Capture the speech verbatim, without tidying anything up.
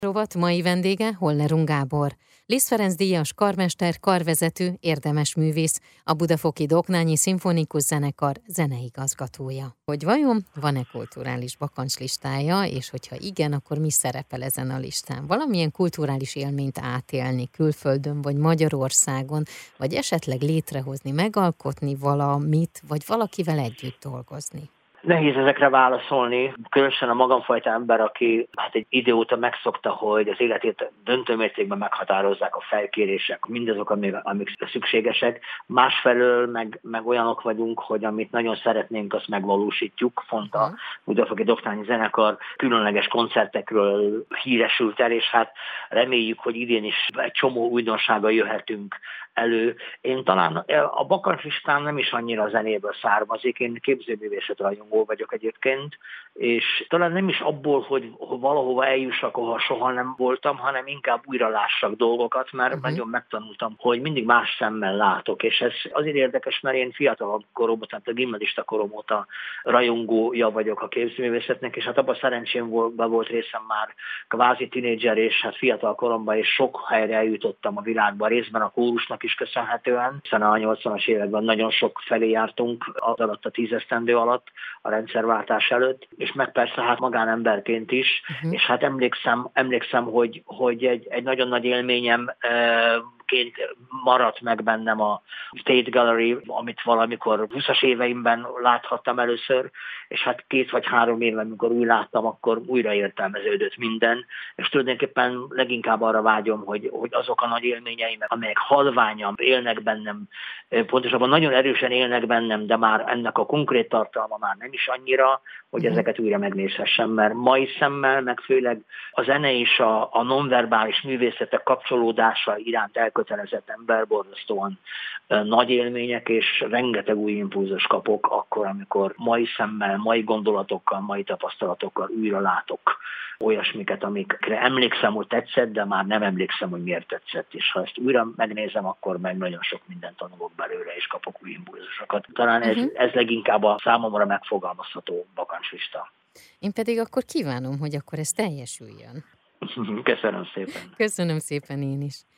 Rovat mai vendége Holler Gábor, Liszt Ferenc díjas karmester, karvezető, érdemes művész, a Budafoki Doknányi Szimfonikus Zenekar zeneigazgatója. Hogy vajon van-e kulturális bakancslistája, és hogyha igen, akkor mi szerepel ezen a listán? Valamilyen kulturális élményt átélni külföldön vagy Magyarországon, vagy esetleg létrehozni, megalkotni valamit, vagy valakivel együtt dolgozni? Nehéz ezekre válaszolni, különösen a magamfajta ember, aki hát egy idő óta megszokta, hogy az életét döntő mértékben meghatározzák a felkérések, mindazok, amik, amik szükségesek. Másfelől meg, meg olyanok vagyunk, hogy amit nagyon szeretnénk, azt megvalósítjuk. Font a Budafoki Doknányi Zenekar különleges koncertekről híresült el, és hát reméljük, hogy idén is egy csomó újdonsággal jöhetünk elő. Én talán a bakancslistám nem is annyira a zenéből származik, én képzőművészet rajongó vagyok egyébként, és talán nem is abból, hogy valahova eljussak, ahol soha nem voltam, hanem inkább újra lássak dolgokat, mert uh-huh. nagyon megtanultam, hogy mindig más szemmel látok, és ez azért érdekes, mert én fiatalabb koromban, tehát a gimnazista korom óta rajongója vagyok a képzőművészetnek, és hát abban szerencsém volt, volt részem már kvázi tinédzser, és hát fiatal koromban, és sok helyre eljutottam a világban, részben a kórusnak is köszönhetően, hiszen a nyolcvanas években nagyon sok felé jártunk az alatt a tízesztendő alatt, a rendszerváltás előtt, és meg persze hát magánemberként is, uh-huh. és hát emlékszem, emlékszem hogy, hogy egy, egy nagyon nagy élményem ként maradt meg bennem a State Gallery, amit valamikor húszas éveimben láthattam először, és hát két vagy három éve, amikor új láttam, akkor újra értelmeződött minden, és tulajdonképpen leginkább arra vágyom, hogy, hogy azok a nagy élményeim, amelyek halványan élnek bennem, pontosabban nagyon erősen élnek bennem, de már ennek a konkrét tartalma már nem is annyira, hogy uh-huh. ezeket újra megnézhessem, mert mai szemmel, meg főleg a zene és a, a nonverbális művészetek kapcsolódása iránt elkötelezett ember borzasztóan nagy élmények, és rengeteg új impulzus kapok akkor, amikor mai szemmel, mai gondolatokkal, mai tapasztalatokkal újra látok olyasmiket, amikre emlékszem, hogy tetszett, de már nem emlékszem, hogy miért tetszett, és ha ezt újra megnézem, akkor meg nagyon sok mindent tanulok belőle, és kapok új impulzusokat. Talán ez, uh-huh. ez leginkább a számomra megfogalmazható bakancslista. Én pedig akkor kívánom, hogy akkor ez teljesüljön. Köszönöm szépen. Köszönöm szépen én is.